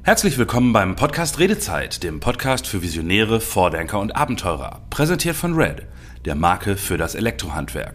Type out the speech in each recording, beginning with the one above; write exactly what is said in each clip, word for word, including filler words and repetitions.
Herzlich willkommen beim Podcast Redezeit, dem Podcast für Visionäre, Vordenker und Abenteurer. Präsentiert von Red, der Marke für das Elektrohandwerk.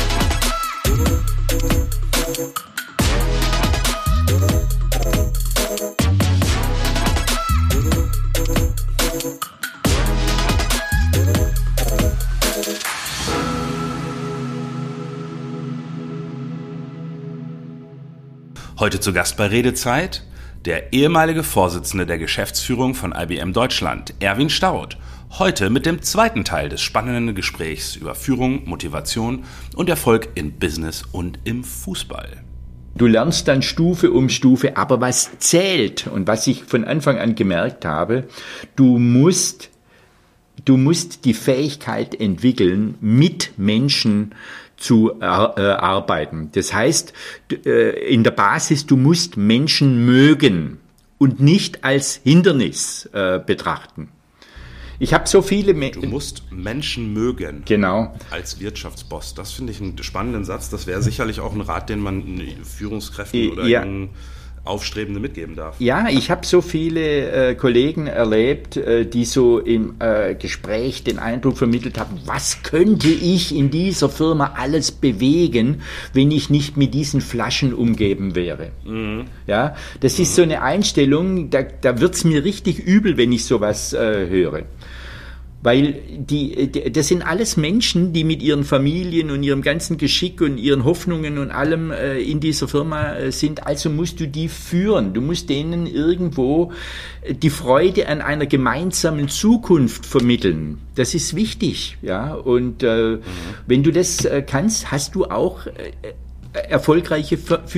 Heute zu Gast bei Redezeit der ehemalige Vorsitzende der Geschäftsführung von I B M Deutschland, Erwin Staudt. Heute mit dem zweiten Teil des spannenden Gesprächs über Führung, Motivation und Erfolg in Business und im Fußball. Du lernst dann Stufe um Stufe, aber was zählt und was ich von Anfang an gemerkt habe, du musst, du musst die Fähigkeit entwickeln, mit Menschen zu äh, arbeiten. Das heißt, äh, in der Basis, du musst Menschen mögen und nicht als Hindernis äh, betrachten. Ich habe so viele Menschen. Du musst Menschen mögen. Genau. Als Wirtschaftsboss. Das finde ich einen spannenden Satz. Das wäre sicherlich auch ein Rat, den man Führungskräften oder ja. Aufstrebende mitgeben darf. Ja, ich habe so viele äh, Kollegen erlebt, äh, die so im äh, Gespräch den Eindruck vermittelt haben, was könnte ich in dieser Firma alles bewegen, wenn ich nicht mit diesen Flaschen umgeben wäre. Mhm. Ja, das mhm. ist so eine Einstellung, da, da wird's mir richtig übel, wenn ich sowas äh, höre. Weil die, die, das sind alles Menschen, die mit ihren Familien und ihrem ganzen Geschick und ihren Hoffnungen und allem äh, in dieser Firma äh, sind. Also musst du die führen. Du musst denen irgendwo die Freude an einer gemeinsamen Zukunft vermitteln. Das ist wichtig, ja. Und äh, mhm. wenn du das äh, kannst, hast du auch äh, erfolgreiche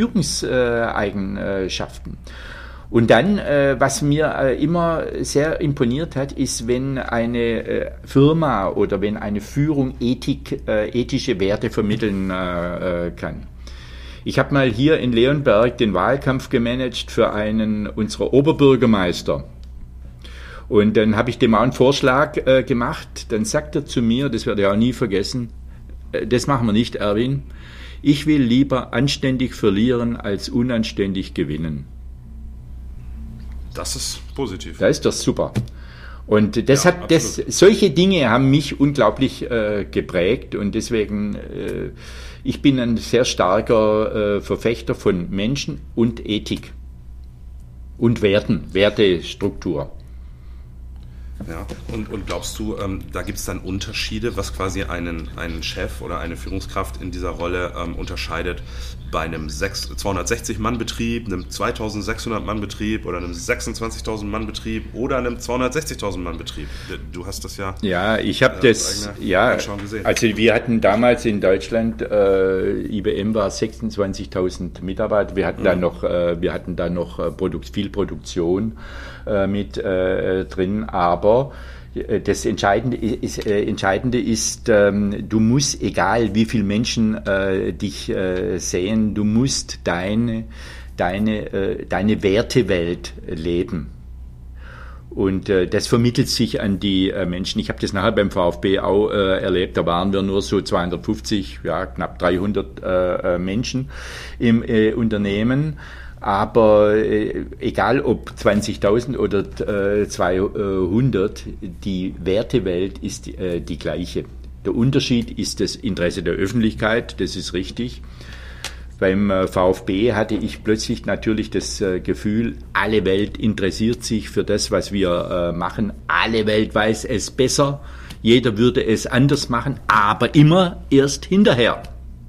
Führungseigenschaften. Und dann, äh, was mir äh, immer sehr imponiert hat, ist, wenn eine äh, Firma oder wenn eine Führung Ethik, äh, ethische Werte vermitteln äh, kann. Ich habe mal hier in Leonberg den Wahlkampf gemanagt für einen unserer Oberbürgermeister. Und dann habe ich dem auch einen Vorschlag äh, gemacht. Dann sagt er zu mir, das werde ich auch nie vergessen, äh, das machen wir nicht, Erwin. Ich will lieber anständig verlieren als unanständig gewinnen. Das ist positiv. Das ist doch super. Und das ja, hat, das, solche Dinge haben mich unglaublich äh, geprägt und deswegen, äh, ich bin ein sehr starker äh, Verfechter von Menschen und Ethik und Werten, Wertestruktur. Ja, und, und glaubst du, ähm, da gibt es dann Unterschiede, was quasi einen, einen Chef oder eine Führungskraft in dieser Rolle ähm, unterscheidet bei einem zweihundertsechzig-Mann-Betrieb, einem zweitausendsechshundert-Mann-Betrieb oder einem sechsundzwanzigtausend-Mann-Betrieb oder einem zweihundertsechzigtausend-Mann-Betrieb? Du hast das ja Ja, ich habe äh, das, ja, gesehen. Also wir hatten damals in Deutschland, äh, I B M war sechsundzwanzigtausend Mitarbeiter, wir hatten mhm. da noch, äh, wir hatten da noch äh, Produkt, viel Produktion äh, mit äh, drin, aber das Entscheidende ist, äh, Entscheidende ist ähm, du musst, egal wie viele Menschen äh, dich äh, sehen, du musst deine, deine, äh, deine Wertewelt leben. Und äh, das vermittelt sich an die äh, Menschen. Ich habe das nachher beim VfB auch äh, erlebt. Da waren wir nur so zweihundertfünfzig, ja, knapp dreihundert äh, Menschen im äh, Unternehmen. Aber äh, egal ob zwanzigtausend oder äh, zweihundert, die Wertewelt ist äh, die gleiche. Der Unterschied ist das Interesse der Öffentlichkeit, das ist richtig. Beim äh, VfB hatte ich plötzlich natürlich das äh, Gefühl, alle Welt interessiert sich für das, was wir äh, machen. Alle Welt weiß es besser. Jeder würde es anders machen, aber immer erst hinterher.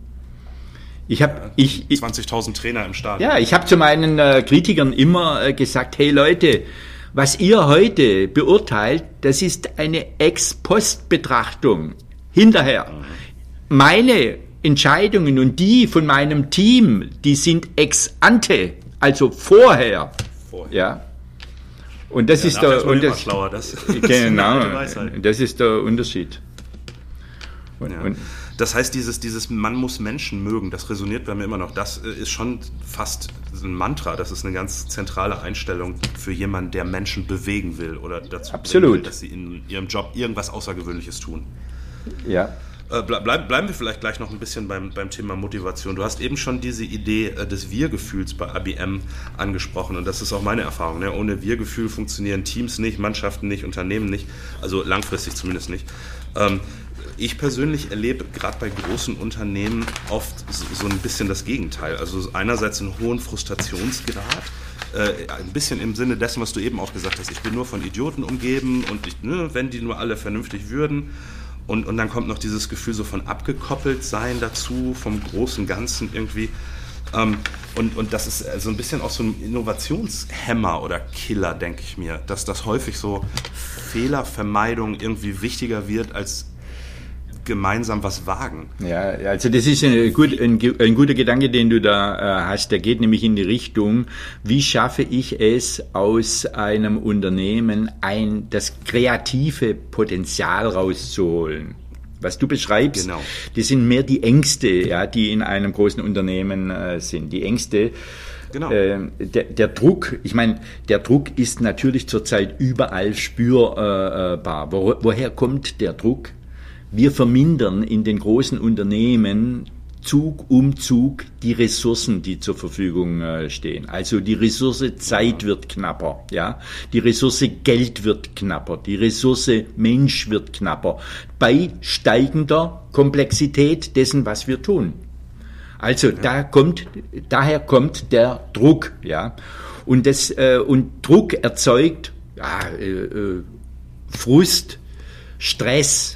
Ich habe ich, ich zwanzigtausend Trainer im Stadion. Ja, ich habe zu meinen äh, Kritikern immer äh, gesagt, hey Leute, was ihr heute beurteilt, das ist eine Ex-Post-Betrachtung hinterher. Mhm. Meine Entscheidungen und die von meinem Team, die sind ex-ante, also vorher. Vorher. Ja. Und das ja, ist der und das, schlauer, das, genau, das ist der Unterschied. Und, ja. und Das heißt, dieses, dieses man muss Menschen mögen, das resoniert bei mir immer noch. Das ist schon fast ein Mantra. Das ist eine ganz zentrale Einstellung für jemanden, der Menschen bewegen will oder dazu bringen will, dass sie in ihrem Job irgendwas Außergewöhnliches tun. Ja. Äh, bleib, bleiben wir vielleicht gleich noch ein bisschen beim, beim Thema Motivation. Du hast eben schon diese Idee äh, des Wir-Gefühls bei I B M angesprochen und das ist auch meine Erfahrung. Ne? Ohne Wir-Gefühl funktionieren Teams nicht, Mannschaften nicht, Unternehmen nicht, also langfristig zumindest nicht. Ähm, ich persönlich erlebe gerade bei großen Unternehmen oft so, so ein bisschen das Gegenteil. Also einerseits einen hohen Frustrationsgrad, Äh, ein bisschen im Sinne dessen, was du eben auch gesagt hast. Ich bin nur von Idioten umgeben und ich, ne, wenn die nur alle vernünftig würden. Und, und dann kommt noch dieses Gefühl so von abgekoppelt sein dazu, vom großen Ganzen irgendwie. Ähm, und, und das ist so ein bisschen auch so ein Innovationshemmer oder Killer, denke ich mir, dass das häufig so Fehlervermeidung irgendwie wichtiger wird als gemeinsam was wagen. Ja, also das ist ein, gut, ein, ein guter Gedanke, den du da äh, hast. Der geht nämlich in die Richtung, wie schaffe ich es, aus einem Unternehmen ein, das kreative Potenzial rauszuholen. Was du beschreibst, genau. Das sind mehr die Ängste, ja, die in einem großen Unternehmen äh, sind. Die Ängste, genau. äh, der, der Druck, ich meine, der Druck ist natürlich zurzeit überall spürbar. Wo, woher kommt der Druck? Wir vermindern in den großen Unternehmen Zug um Zug die Ressourcen, die zur Verfügung stehen. Also die Ressource Zeit wird knapper, ja. Die Ressource Geld wird knapper. Die Ressource Mensch wird knapper. Bei steigender Komplexität dessen, was wir tun. Also ja. da kommt, daher kommt der Druck, ja. Und das, äh, und Druck erzeugt, ja, äh, Frust, Stress,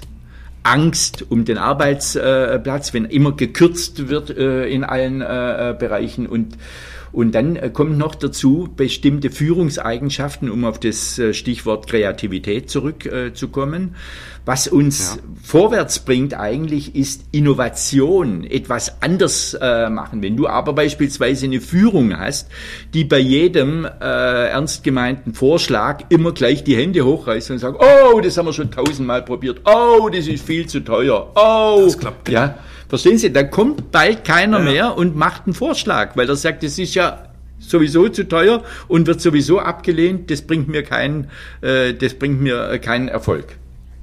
Angst um den Arbeitsplatz, wenn immer gekürzt wird äh, in allen äh, Bereichen und und dann äh, kommt noch dazu bestimmte Führungseigenschaften, um auf das äh, Stichwort Kreativität zurückzukommen. Äh, Was uns ja. vorwärts bringt eigentlich ist Innovation, etwas anders äh, machen. Wenn du aber beispielsweise eine Führung hast, die bei jedem äh, ernst gemeinten Vorschlag immer gleich die Hände hochreißt und sagt, oh, das haben wir schon tausendmal probiert, oh, das ist viel zu teuer, oh, das klappt. Ja, verstehen Sie, da kommt bald keiner ja. mehr und macht einen Vorschlag, weil er sagt, das ist ja sowieso zu teuer und wird sowieso abgelehnt, das bringt mir keinen, äh, das bringt mir keinen Erfolg.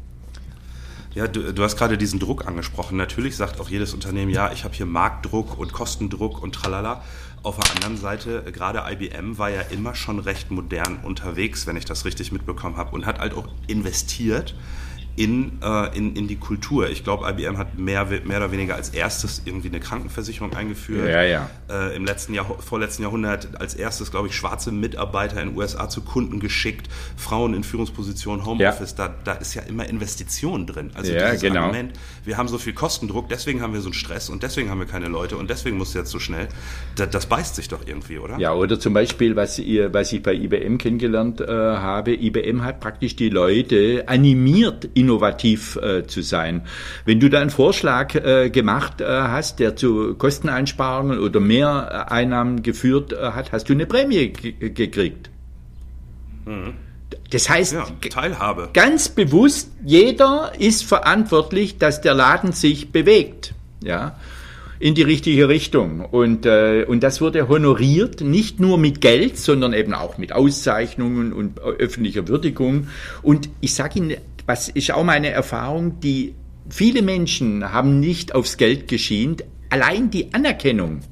Ja, du, du hast gerade diesen Druck angesprochen. Natürlich sagt auch jedes Unternehmen, ja, ich habe hier Marktdruck und Kostendruck und tralala. Auf der anderen Seite, gerade I B M war ja immer schon recht modern unterwegs, wenn ich das richtig mitbekommen habe, und hat halt auch investiert in, äh, in, in die Kultur. Ich glaube, I B M hat mehr, mehr oder weniger als erstes irgendwie eine Krankenversicherung eingeführt. Ja, ja. Äh, im letzten Jahr, vorletzten Jahrhundert als erstes, glaube ich, schwarze Mitarbeiter in den U S A zu Kunden geschickt, Frauen in Führungspositionen, Homeoffice, ja. da, da ist ja immer Investition drin. Also ja, dieses genau. Argument, wir haben so viel Kostendruck, deswegen haben wir so einen Stress und deswegen haben wir keine Leute und deswegen muss es jetzt so schnell. Das, das beißt sich doch irgendwie, oder? Ja, oder zum Beispiel, was, ihr, was ich bei I B M kennengelernt äh, habe, I B M hat praktisch die Leute animiert, innovativ äh, zu sein. Wenn du da einen Vorschlag äh, gemacht äh, hast, der zu Kosteneinsparungen oder mehr Einnahmen geführt äh, hat, hast du eine Prämie g- gekriegt. Mhm. Das heißt, ja, Teilhabe. Ganz bewusst, jeder ist verantwortlich, dass der Laden sich bewegt, ja, in die richtige Richtung. Und, äh, und das wurde honoriert, nicht nur mit Geld, sondern eben auch mit Auszeichnungen und öffentlicher Würdigung. Und ich sage Ihnen, was ist auch meine Erfahrung, die viele Menschen haben nicht aufs Geld geschient, allein die Anerkennung.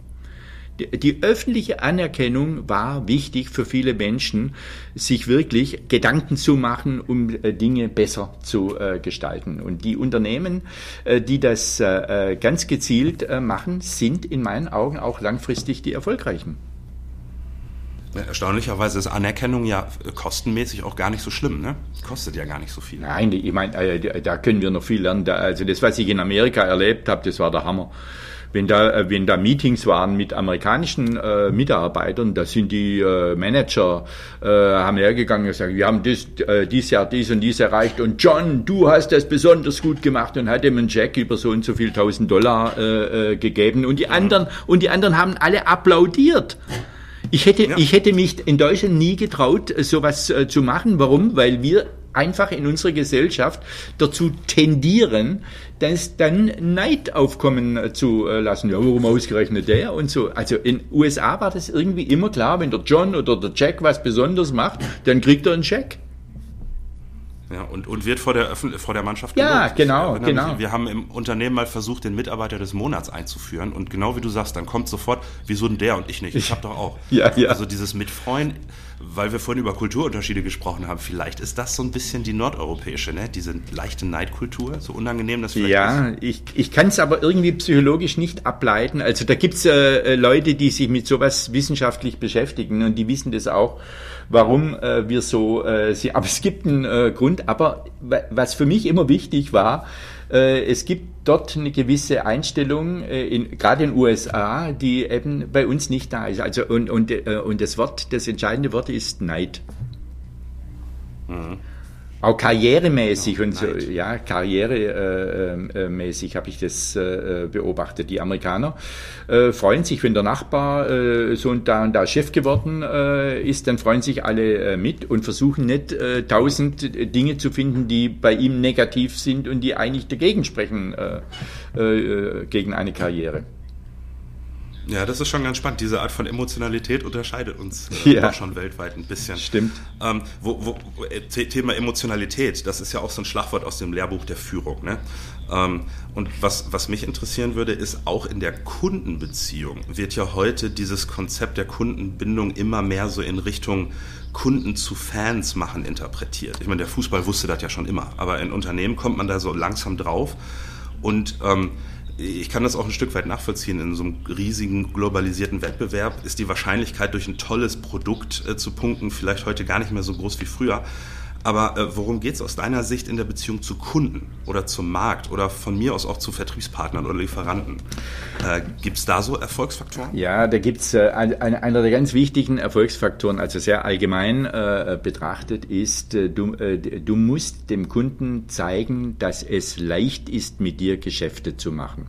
Die öffentliche Anerkennung war wichtig für viele Menschen, sich wirklich Gedanken zu machen, um Dinge besser zu gestalten. Und die Unternehmen, die das ganz gezielt machen, sind in meinen Augen auch langfristig die erfolgreichen. Erstaunlicherweise ist Anerkennung ja kostenmäßig auch gar nicht so schlimm, ne? Kostet ja gar nicht so viel. Nein, ich meine, da können wir noch viel lernen. Also das, was ich in Amerika erlebt habe, das war der Hammer. Wenn da, wenn da Meetings waren mit amerikanischen äh, Mitarbeitern, da sind die äh, Manager, äh, haben hergegangen und gesagt, wir haben dies, äh, dies Jahr dies und dies erreicht und John, du hast das besonders gut gemacht und hat ihm einen Check über so und so viel tausend Dollar äh, äh, gegeben und die anderen, und die anderen haben alle applaudiert. Ich hätte, ja. ich hätte mich in Deutschland nie getraut, sowas äh, zu machen. Warum? Weil wir einfach in unserer Gesellschaft dazu tendieren, dass dann Neid aufkommen äh, zu äh, lassen. Ja, warum ausgerechnet der und so. Also in U S A war das irgendwie immer klar, wenn der John oder der Jack was Besonderes macht, dann kriegt er einen Check. Ja, und, und wird vor der, Öffn- vor der Mannschaft Ja, gelobt. genau, Ich erinnere genau. mich, wir haben im Unternehmen mal versucht, den Mitarbeiter des Monats einzuführen und genau wie du sagst, dann kommt sofort, wieso denn der und ich nicht? Ich hab doch auch. Ja, ja. Also dieses Mitfreuen, weil wir vorhin über Kulturunterschiede gesprochen haben, vielleicht ist das so ein bisschen die nordeuropäische, ne? Diese leichte Neidkultur, so unangenehm das vielleicht Ja, ist. ich, ich kann es aber irgendwie psychologisch nicht ableiten. Also da gibt's äh, Leute, die sich mit sowas wissenschaftlich beschäftigen und die wissen das auch, warum äh, wir so äh, sie. Aber es gibt einen äh, Grund. Aber was für mich immer wichtig war, äh, es gibt dort eine gewisse Einstellung, äh, in, gerade in den U S A, die eben bei uns nicht da ist. Also und und äh, und das Wort, das entscheidende Wort ist Neid. Mhm. Auch karrieremäßig Ja, und so, Neid. ja, karrieremäßig habe ich das äh, beobachtet. Die Amerikaner äh, freuen sich, wenn der Nachbar äh, so und da und da Chef geworden äh, ist, dann freuen sich alle äh, mit und versuchen nicht äh, tausend Dinge zu finden, die bei ihm negativ sind und die eigentlich dagegen sprechen, äh, äh, gegen eine Karriere. Ja, das ist schon ganz spannend. Diese Art von Emotionalität unterscheidet uns äh, Ja. auch schon weltweit ein bisschen. Stimmt. Ähm, wo, wo, wo, äh, The- Thema Emotionalität, das ist ja auch so ein Schlagwort aus dem Lehrbuch der Führung. Ne? Ähm, und was, was mich interessieren würde, ist auch in der Kundenbeziehung wird ja heute dieses Konzept der Kundenbindung immer mehr so in Richtung Kunden zu Fans machen interpretiert. Ich meine, der Fußball wusste das ja schon immer, aber in Unternehmen kommt man da so langsam drauf und ähm, ich kann das auch ein Stück weit nachvollziehen. In so einem riesigen globalisierten Wettbewerb ist die Wahrscheinlichkeit, durch ein tolles Produkt äh, zu punkten, vielleicht heute gar nicht mehr so groß wie früher. Aber äh, worum geht es aus deiner Sicht in der Beziehung zu Kunden oder zum Markt oder von mir aus auch zu Vertriebspartnern oder Lieferanten? Äh, Gibt es da so Erfolgsfaktoren? Ja, da gibt's äh, ein, ein, einer der ganz wichtigen Erfolgsfaktoren, also sehr allgemein äh, betrachtet, ist, äh, du, äh, du musst dem Kunden zeigen, dass es leicht ist, mit dir Geschäfte zu machen.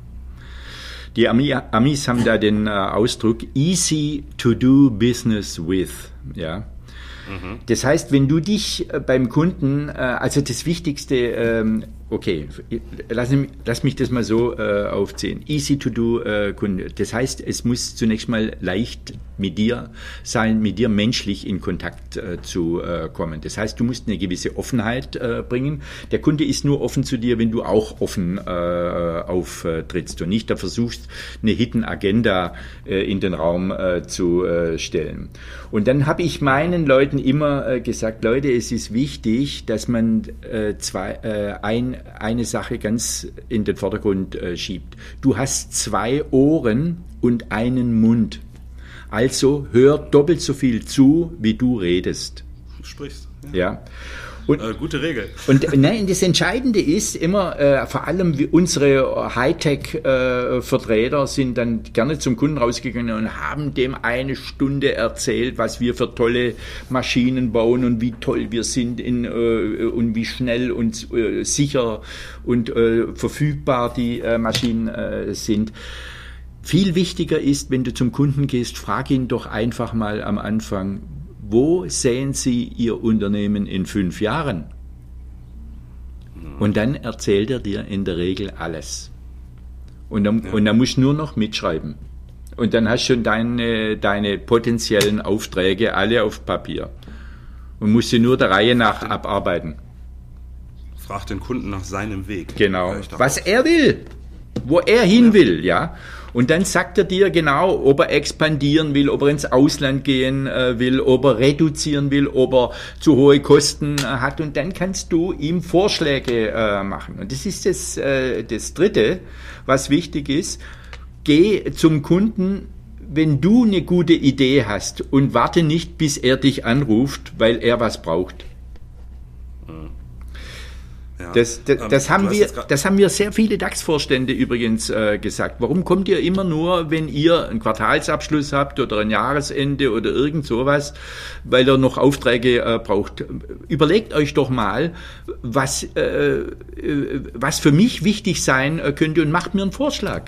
Die Ami, Amis haben da den äh, Ausdruck easy to do business with, ja. Das heißt, wenn du dich äh, beim Kunden, äh, also das Wichtigste, ähm, okay, lass, lass mich das mal so äh, aufzählen. Easy to do äh, Kunde. Das heißt, es muss zunächst mal leicht mit dir sein, mit dir menschlich in Kontakt äh, zu äh, kommen. Das heißt, du musst eine gewisse Offenheit äh, bringen. Der Kunde ist nur offen zu dir, wenn du auch offen äh, auftrittst und nicht da versuchst, eine Hidden Agenda äh, in den Raum äh, zu äh, stellen. Und dann habe ich meinen Leuten immer äh, gesagt, Leute, es ist wichtig, dass man äh, zwei, äh, ein, eine Sache ganz in den Vordergrund äh, schiebt. Du hast zwei Ohren und einen Mund. Also hör doppelt so viel zu, wie du redest. Du sprichst. Ja. Ja. Und, Äh, gute Regel. und nein, das Entscheidende ist immer, äh, vor allem wie unsere Hightech-Vertreter äh, sind dann gerne zum Kunden rausgegangen und haben dem eine Stunde erzählt, was wir für tolle Maschinen bauen und wie toll wir sind in, äh, und wie schnell und äh, sicher und äh, verfügbar die äh, Maschinen äh, sind. Viel wichtiger ist, wenn du zum Kunden gehst, frag ihn doch einfach mal am Anfang, wo sehen Sie Ihr Unternehmen in fünf Jahren? Und dann erzählt er dir in der Regel alles. Und dann, Ja. und dann musst du nur noch mitschreiben. Und dann hast du schon deine, deine potenziellen Aufträge alle auf Papier. Und musst sie nur der Reihe nach abarbeiten. Frag den Kunden nach seinem Weg. Genau. Vielleicht auch. Was er will. Wo er hin will, ja. Und dann sagt er dir genau, ob er expandieren will, ob er ins Ausland gehen äh, will, ob er reduzieren will, ob er zu hohe Kosten äh, hat. Und dann kannst du ihm Vorschläge äh, machen. Und das ist das, äh, das Dritte, was wichtig ist. Geh zum Kunden, wenn du eine gute Idee hast und warte nicht, bis er dich anruft, weil er was braucht. Ja. Das, das, das, Ähm, haben du hast wir, jetzt grad- das haben wir sehr viele DAX-Vorstände übrigens äh, gesagt. Warum kommt ihr immer nur, wenn ihr einen Quartalsabschluss habt oder ein Jahresende oder irgend sowas, weil ihr noch Aufträge äh, braucht? Überlegt euch doch mal, was, äh, äh, was für mich wichtig sein äh, könnte und macht mir einen Vorschlag.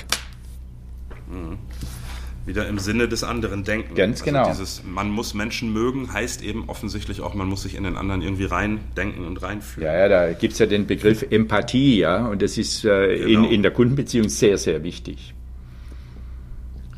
Wieder im Sinne des anderen denken. Ganz genau. Also dieses, man muss Menschen mögen, heißt eben offensichtlich auch, man muss sich in den anderen irgendwie reindenken und reinfühlen. Ja, ja, da gibt's ja den Begriff Empathie, ja, und das ist äh, Genau. in, in der Kundenbeziehung sehr, sehr wichtig.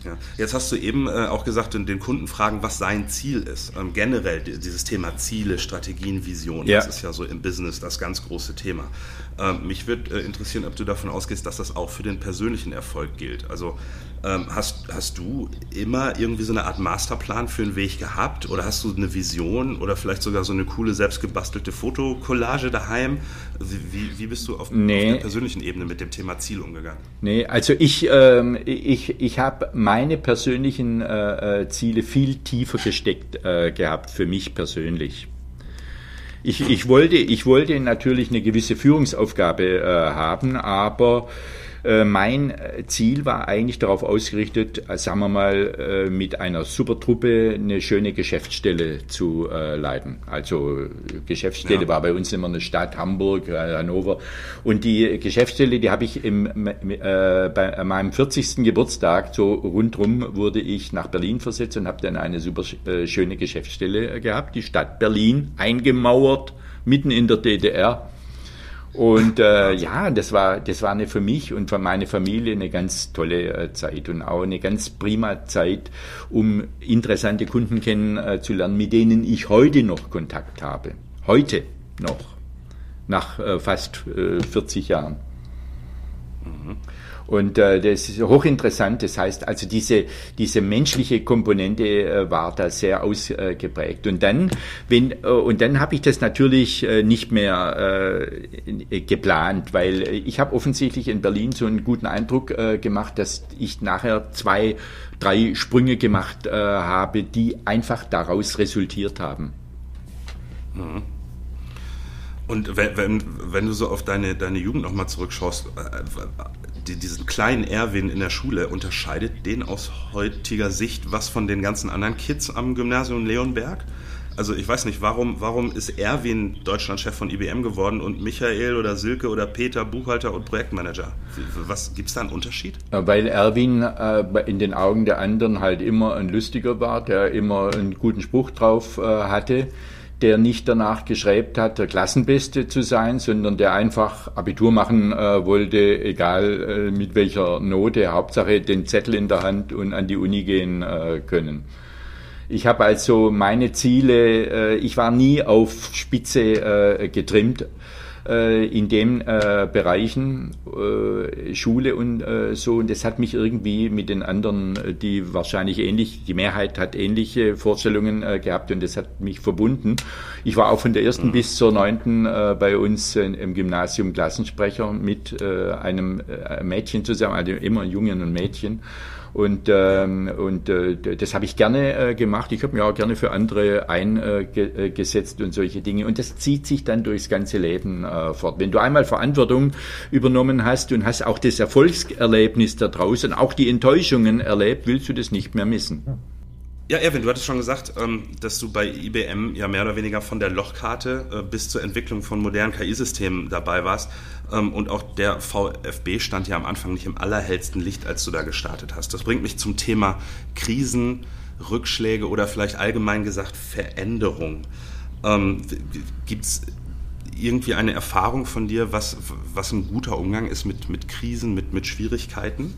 Ja. Jetzt hast du eben äh, auch gesagt, den Kunden fragen, was sein Ziel ist. Ähm, generell dieses Thema Ziele, Strategien, Visionen, ja. Das ist ja so im Business das ganz große Thema. Ähm, mich würde äh, interessieren, ob du davon ausgehst, dass das auch für den persönlichen Erfolg gilt. Also ähm, hast, hast du immer irgendwie so eine Art Masterplan für einen Weg gehabt oder hast du eine Vision oder vielleicht sogar so eine coole selbstgebastelte Fotokollage daheim? Wie, wie bist du auf, nee. auf der persönlichen Ebene mit dem Thema Ziel umgegangen? Nee, also ich, ähm, ich, ich habe meine persönlichen äh, Ziele viel tiefer gesteckt äh, gehabt für mich persönlich. Ich, ich, wollte, ich wollte natürlich eine gewisse Führungsaufgabe äh, haben, aber äh, mein Ziel war eigentlich darauf ausgerichtet, äh, sagen wir mal, äh, mit einer Supertruppe eine schöne Geschäftsstelle zu äh, leiten. Also Geschäftsstelle ja. war bei uns immer eine Stadt, Hamburg, äh, Hannover. Und die Geschäftsstelle, die habe ich im, äh, bei meinem vierzigsten Geburtstag, so rundrum, wurde ich nach Berlin versetzt und habe dann eine super äh, schöne Geschäftsstelle gehabt. Die Stadt Berlin, eingemauert, mitten in der D D R. Und äh, ja, das war das war eine für mich und für meine Familie eine ganz tolle äh, Zeit und auch eine ganz prima Zeit, um interessante Kunden kennenzulernen, mit denen ich heute noch Kontakt habe. Heute noch, nach äh, fast äh, vierzig Jahren. Mhm. Und äh, das ist hochinteressant. Das heißt, also diese diese menschliche Komponente äh, war da sehr ausgeprägt. Und dann, wenn äh, und dann habe ich das natürlich äh, nicht mehr äh, geplant, weil ich habe offensichtlich in Berlin so einen guten Eindruck äh, gemacht, dass ich nachher zwei, drei Sprünge gemacht äh, habe, die einfach daraus resultiert haben. Mhm. Und wenn, wenn, wenn du so auf deine, deine Jugend nochmal zurückschaust, äh, die, diesen kleinen Erwin in der Schule, unterscheidet den aus heutiger Sicht was von den ganzen anderen Kids am Gymnasium Leonberg? Also ich weiß nicht, warum, warum ist Erwin Deutschlandchef von I B M geworden und Michael oder Silke oder Peter Buchhalter und Projektmanager? Was, gibt's da einen Unterschied? Weil Erwin äh, in den Augen der anderen halt immer ein Lustiger war, der immer einen guten Spruch drauf äh, hatte, der nicht danach gestrebt hat, der Klassenbeste zu sein, sondern der einfach Abitur machen äh, wollte, egal äh, mit welcher Note, Hauptsache den Zettel in der Hand und an die Uni gehen äh, können. Ich habe also meine Ziele, äh, ich war nie auf Spitze äh, getrimmt äh, in den äh, Bereichen, äh, Schule und äh, so, und das hat mich irgendwie mit den anderen, die wahrscheinlich ähnlich, die Mehrheit hat ähnliche Vorstellungen äh, gehabt und das hat mich verbunden. Ich war auch von der ersten mhm. bis zur neunten äh, bei uns äh, im Gymnasium Klassensprecher mit äh, einem äh, Mädchen zusammen, also immer ein Jungen und Mädchen. Und, ähm, und äh, das habe ich gerne äh, gemacht. Ich habe mich auch gerne für andere eingesetzt äh, und solche Dinge. Und das zieht sich dann durchs ganze Leben äh, fort. Wenn du einmal Verantwortung übernommen hast und hast auch das Erfolgserlebnis da draußen, auch die Enttäuschungen erlebt, willst du das nicht mehr missen. Ja, Erwin, du hattest schon gesagt, dass du bei I B M ja mehr oder weniger von der Lochkarte bis zur Entwicklung von modernen K I-Systemen dabei warst. Und auch der V f B stand ja am Anfang nicht im allerhellsten Licht, als du da gestartet hast. Das bringt mich zum Thema Krisen, Rückschläge oder vielleicht allgemein gesagt Veränderung. Ähm, Gibt es irgendwie eine Erfahrung von dir, was, was ein guter Umgang ist mit, mit Krisen, mit, mit Schwierigkeiten?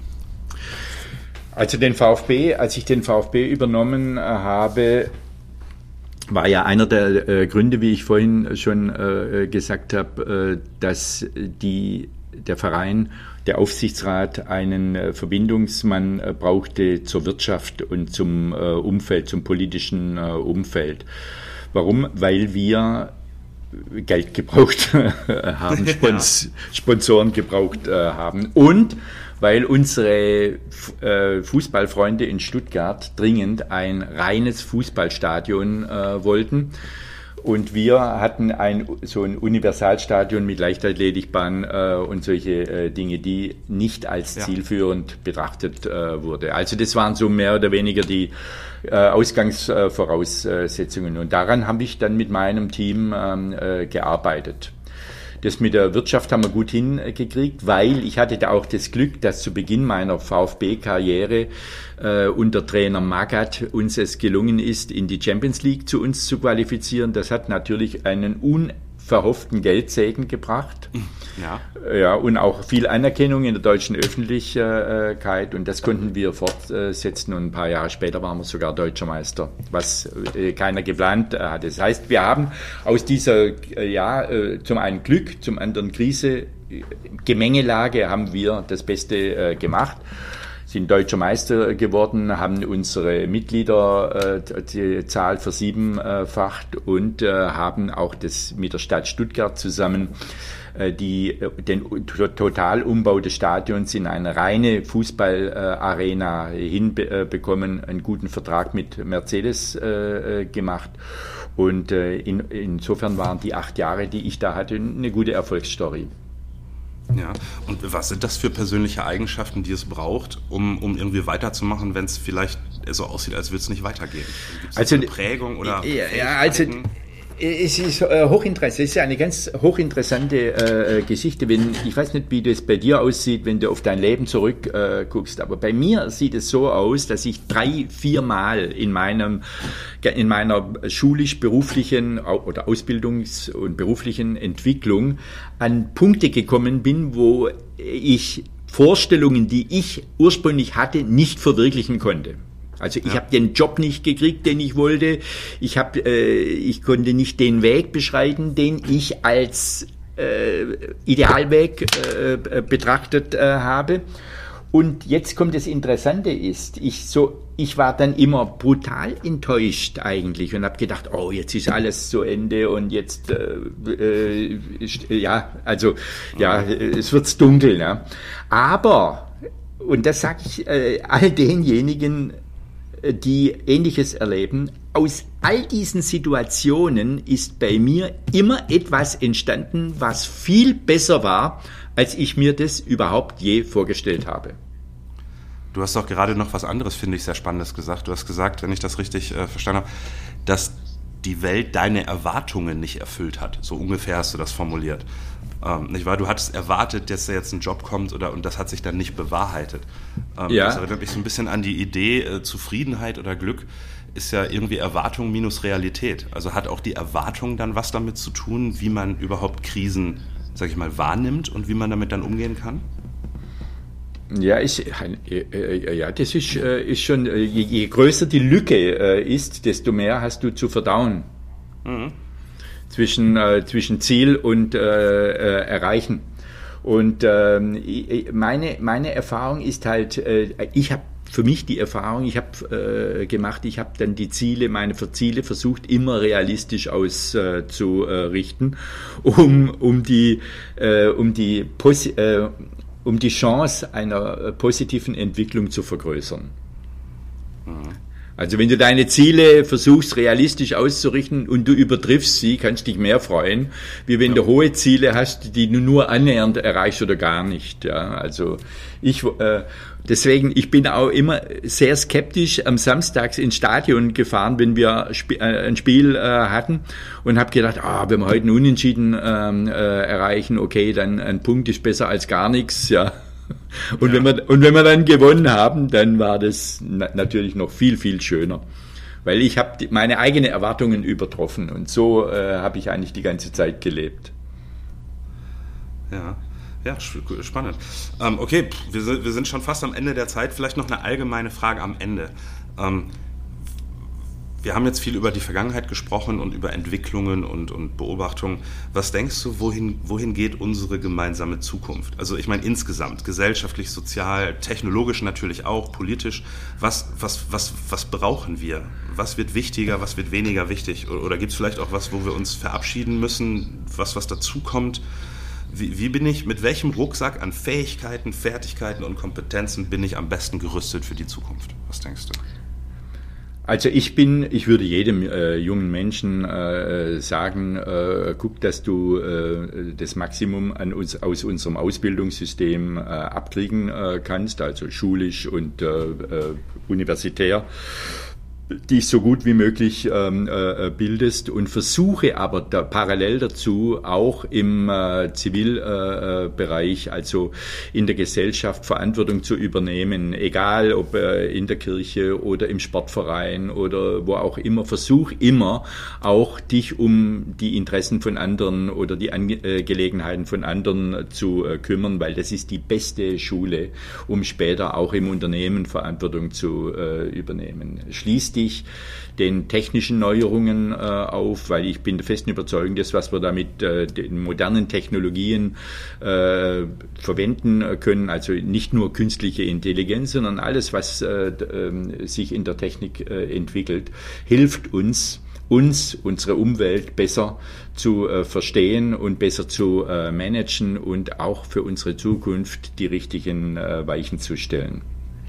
Also den VfB, als ich den VfB übernommen äh, habe, war ja einer der äh, Gründe, wie ich vorhin schon äh, gesagt habe, äh, dass die, der Verein, der Aufsichtsrat einen äh, Verbindungsmann äh, brauchte zur Wirtschaft und zum äh, Umfeld, zum politischen äh, Umfeld. Warum? Weil wir Geld gebraucht haben, Spons- Sponsoren gebraucht äh, haben und weil unsere äh, Fußballfreunde in Stuttgart dringend ein reines Fußballstadion äh, wollten. Und wir hatten ein so ein Universalstadion mit Leichtathletikbahn äh, und solche äh, Dinge, die nicht als ja. zielführend betrachtet äh, wurde. Also das waren so mehr oder weniger die äh, Ausgangsvoraussetzungen. Und daran habe ich dann mit meinem Team äh, gearbeitet. Das mit der Wirtschaft haben wir gut hingekriegt, weil ich hatte da auch das Glück, dass zu Beginn meiner VfB-Karriere äh, unter Trainer Magath uns es gelungen ist, in die Champions League zu uns zu qualifizieren. Das hat natürlich einen verhofften Geldsegen gebracht. Ja. Ja, und auch viel Anerkennung in der deutschen Öffentlichkeit, und das konnten wir fortsetzen, und ein paar Jahre später waren wir sogar Deutscher Meister, was keiner geplant hatte. Das heißt, wir haben aus dieser, ja, zum einen Glück, zum anderen Krise, Gemengelage haben wir das Beste gemacht. Sind Deutscher Meister geworden, haben unsere Mitglieder äh, die Zahl versiebenfacht und äh, haben auch das mit der Stadt Stuttgart zusammen äh, die, den Totalumbau des Stadions in eine reine Fußballarena äh, hinbekommen, einen guten Vertrag mit Mercedes äh, gemacht. Und äh, in, insofern waren die acht Jahre, die ich da hatte, eine gute Erfolgsstory. Ja, und was sind das für persönliche Eigenschaften, die es braucht, um, um irgendwie weiterzumachen, wenn es vielleicht so aussieht, als würde es nicht weitergehen? Gibt es also eine Prägung oder ja, ja, also es ist äh, hochinteressant. Es ist eine ganz hochinteressante äh, Geschichte. Wenn, ich weiß nicht, wie das bei dir aussieht, wenn du auf dein Leben zurückguckst, äh, aber bei mir sieht es so aus, dass ich drei, vier Mal in meinem, in meiner schulisch-beruflichen oder Ausbildungs- und beruflichen Entwicklung an Punkte gekommen bin, wo ich Vorstellungen, die ich ursprünglich hatte, nicht verwirklichen konnte. Also ich ja. habe den Job nicht gekriegt, den ich wollte. Ich habe, äh, ich konnte nicht den Weg beschreiten, den ich als äh, Idealweg äh, betrachtet äh, habe. Und jetzt kommt das Interessante ist, ich so, ich war dann immer brutal enttäuscht eigentlich und habe gedacht, oh, jetzt ist alles zu Ende und jetzt, äh, äh, ja, also ja, es wird's dunkel. Ne? Aber, und das sage ich äh, all denjenigen, die Ähnliches erleben, aus all diesen Situationen ist bei mir immer etwas entstanden, was viel besser war, als ich mir das überhaupt je vorgestellt habe. Du hast doch gerade noch was anderes, finde ich, sehr Spannendes gesagt. Du hast gesagt, wenn ich das richtig äh, verstanden habe, dass die Welt deine Erwartungen nicht erfüllt hat. So ungefähr hast du das formuliert. Ähm, nicht wahr? Du hattest erwartet, dass da jetzt ein Job kommt oder, und das hat sich dann nicht bewahrheitet. Ähm, ja. Das erinnert mich so ein bisschen an die Idee, äh, Zufriedenheit oder Glück ist ja irgendwie Erwartung minus Realität. Also hat auch die Erwartung dann was damit zu tun, wie man überhaupt Krisen, sag ich mal, wahrnimmt und wie man damit dann umgehen kann? Ja, ist, ja, das ist, ist schon, je, je größer die Lücke ist, desto mehr hast du zu verdauen. Mhm. Zwischen, äh, zwischen Ziel und äh, äh, Erreichen. Und ähm, meine, meine Erfahrung ist halt, äh, ich habe für mich die Erfahrung, ich habe äh, gemacht, ich habe dann die Ziele, meine Ziele versucht, immer realistisch auszurichten, äh, um, um die, äh, um die Pos- äh, um die Chance einer positiven Entwicklung zu vergrößern. Mhm. Also wenn du deine Ziele versuchst realistisch auszurichten und du übertriffst sie, kannst du dich mehr freuen, wie wenn ja. du hohe Ziele hast, die du nur annähernd erreichst oder gar nicht. Ja, also ich äh, deswegen, ich bin auch immer sehr skeptisch am Samstags ins Stadion gefahren, wenn wir sp- äh, ein Spiel äh, hatten und habe gedacht, ah, wenn wir heute einen Unentschieden ähm, äh, erreichen, okay, dann ein Punkt ist besser als gar nichts, ja. Und, ja. wenn wir, und wenn wir dann gewonnen haben, dann war das na- natürlich noch viel, viel schöner. Weil ich habe meine eigenen Erwartungen übertroffen und so äh, habe ich eigentlich die ganze Zeit gelebt. Ja, ja, spannend. Ähm, okay, wir sind, wir sind schon fast am Ende der Zeit. Vielleicht noch eine allgemeine Frage am Ende. Ähm, Wir haben jetzt viel über die Vergangenheit gesprochen und über Entwicklungen und, und Beobachtungen. Was denkst du, wohin, wohin geht unsere gemeinsame Zukunft? Also ich meine insgesamt, gesellschaftlich, sozial, technologisch natürlich auch, politisch. Was, was, was, was brauchen wir? Was wird wichtiger, was wird weniger wichtig? Oder, oder gibt es vielleicht auch was, wo wir uns verabschieden müssen, was, was dazukommt? Wie, wie bin ich, mit welchem Rucksack an Fähigkeiten, Fertigkeiten und Kompetenzen bin ich am besten gerüstet für die Zukunft? Was denkst du? Also ich bin, ich würde jedem äh, jungen Menschen äh, sagen, äh, guck, dass du äh, das Maximum an uns, aus unserem Ausbildungssystem äh, abkriegen äh, kannst, also schulisch und äh, äh, universitär. dich so gut wie möglich ähm, äh, bildest und versuche aber da, parallel dazu auch im äh, Zivilbereich, äh, also in der Gesellschaft Verantwortung zu übernehmen, egal ob äh, in der Kirche oder im Sportverein oder wo auch immer. Versuch immer auch dich um die Interessen von anderen oder die Angelegenheiten von anderen zu äh, kümmern, weil das ist die beste Schule, um später auch im Unternehmen Verantwortung zu äh, übernehmen. Schließ dich den technischen Neuerungen äh, auf, weil ich bin der festen Überzeugung, das, was wir da mit äh, den modernen Technologien äh, verwenden können, also nicht nur künstliche Intelligenz, sondern alles, was äh, äh, sich in der Technik äh, entwickelt, hilft uns, uns, unsere Umwelt besser zu äh, verstehen und besser zu äh, managen und auch für unsere Zukunft die richtigen äh, Weichen zu stellen.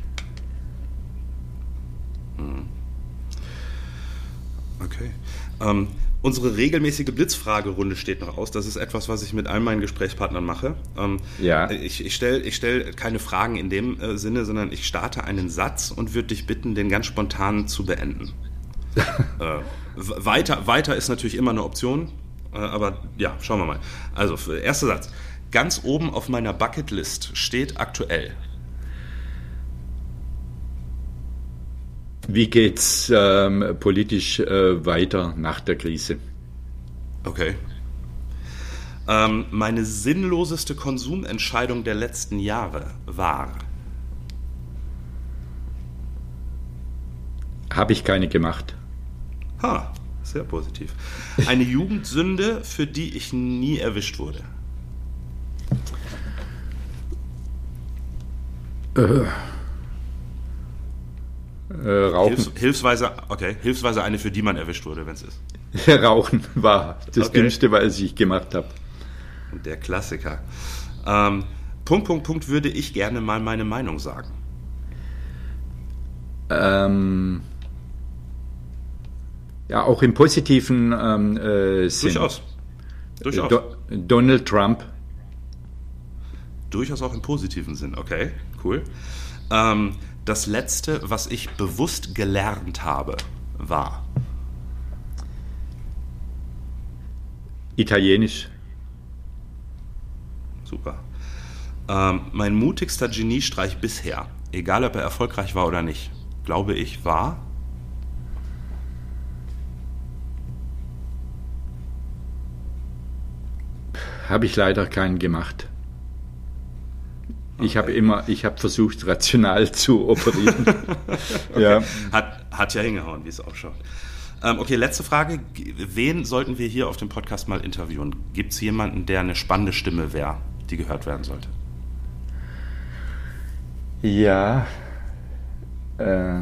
Okay. Ähm, unsere regelmäßige Blitzfragerunde steht noch aus. Das ist etwas, was ich mit all meinen Gesprächspartnern mache. Ähm, ja. Ich, ich stelle ich stell keine Fragen in dem äh, Sinne, sondern ich starte einen Satz und würde dich bitten, den ganz spontan zu beenden. äh, weiter, weiter ist natürlich immer eine Option, äh, aber ja, schauen wir mal. Also, erster Satz. Ganz oben auf meiner Bucketlist steht aktuell. Wie geht's ähm, politisch äh, weiter nach der Krise? Okay. Ähm, meine sinnloseste Konsumentscheidung der letzten Jahre war? Habe ich keine gemacht. Ha, sehr positiv. Eine Jugendsünde, für die ich nie erwischt wurde? Äh. Äh, Rauchen. Hilfs, hilfsweise, okay, hilfsweise eine, für die man erwischt wurde, wenn es ist. Rauchen war das okay. Dümmste, was ich gemacht habe. Der Klassiker. Ähm, Punkt, Punkt, Punkt, würde ich gerne mal meine Meinung sagen. Ähm, ja, auch im positiven ähm, äh, Sinn. Durchaus. Durchaus. Do- Donald Trump. Durchaus auch im positiven Sinn, okay, cool. Ähm, Das Letzte, was ich bewusst gelernt habe, war? Italienisch. Super. Ähm, mein mutigster Geniestreich bisher, egal ob er erfolgreich war oder nicht, glaube ich, war? Habe ich leider keinen gemacht. Ich okay. habe immer, ich habe versucht, rational zu operieren. okay. Ja. Hat, hat ja hingehauen, wie es ausschaut. Ähm, okay, letzte Frage. Wen sollten wir hier auf dem Podcast mal interviewen? Gibt es jemanden, der eine spannende Stimme wäre, die gehört werden sollte? Ja. Äh.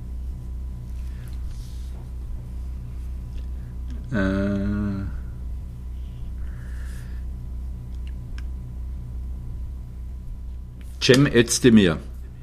Äh. Cem Özdemir.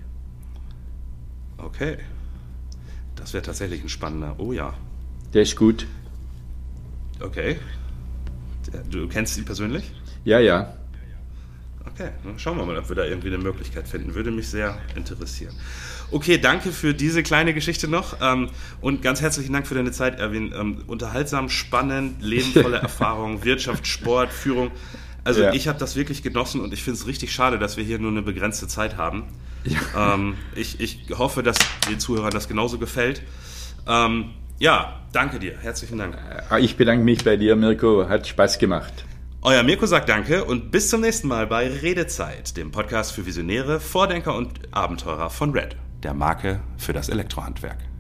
Okay. Das wäre tatsächlich ein spannender. Oh ja. Der ist gut. Okay. Du kennst ihn persönlich? Ja, ja. Okay, dann schauen wir mal, ob wir da irgendwie eine Möglichkeit finden. Würde mich sehr interessieren. Okay, danke für diese kleine Geschichte noch ähm, und ganz herzlichen Dank für deine Zeit, Erwin. Ähm, unterhaltsam, spannend, lebenvolle Erfahrung, Wirtschaft, Sport, Führung. Also ja. Ich habe das wirklich genossen und ich finde es richtig schade, dass wir hier nur eine begrenzte Zeit haben. Ja. Ähm, ich, ich hoffe, dass den Zuhörern das genauso gefällt. Ähm, ja, danke dir. Herzlichen Dank. Ich bedanke mich bei dir, Mirko. Hat Spaß gemacht. Euer Mirko sagt Danke und bis zum nächsten Mal bei Redezeit, dem Podcast für Visionäre, Vordenker und Abenteurer von Red, der Marke für das Elektrohandwerk.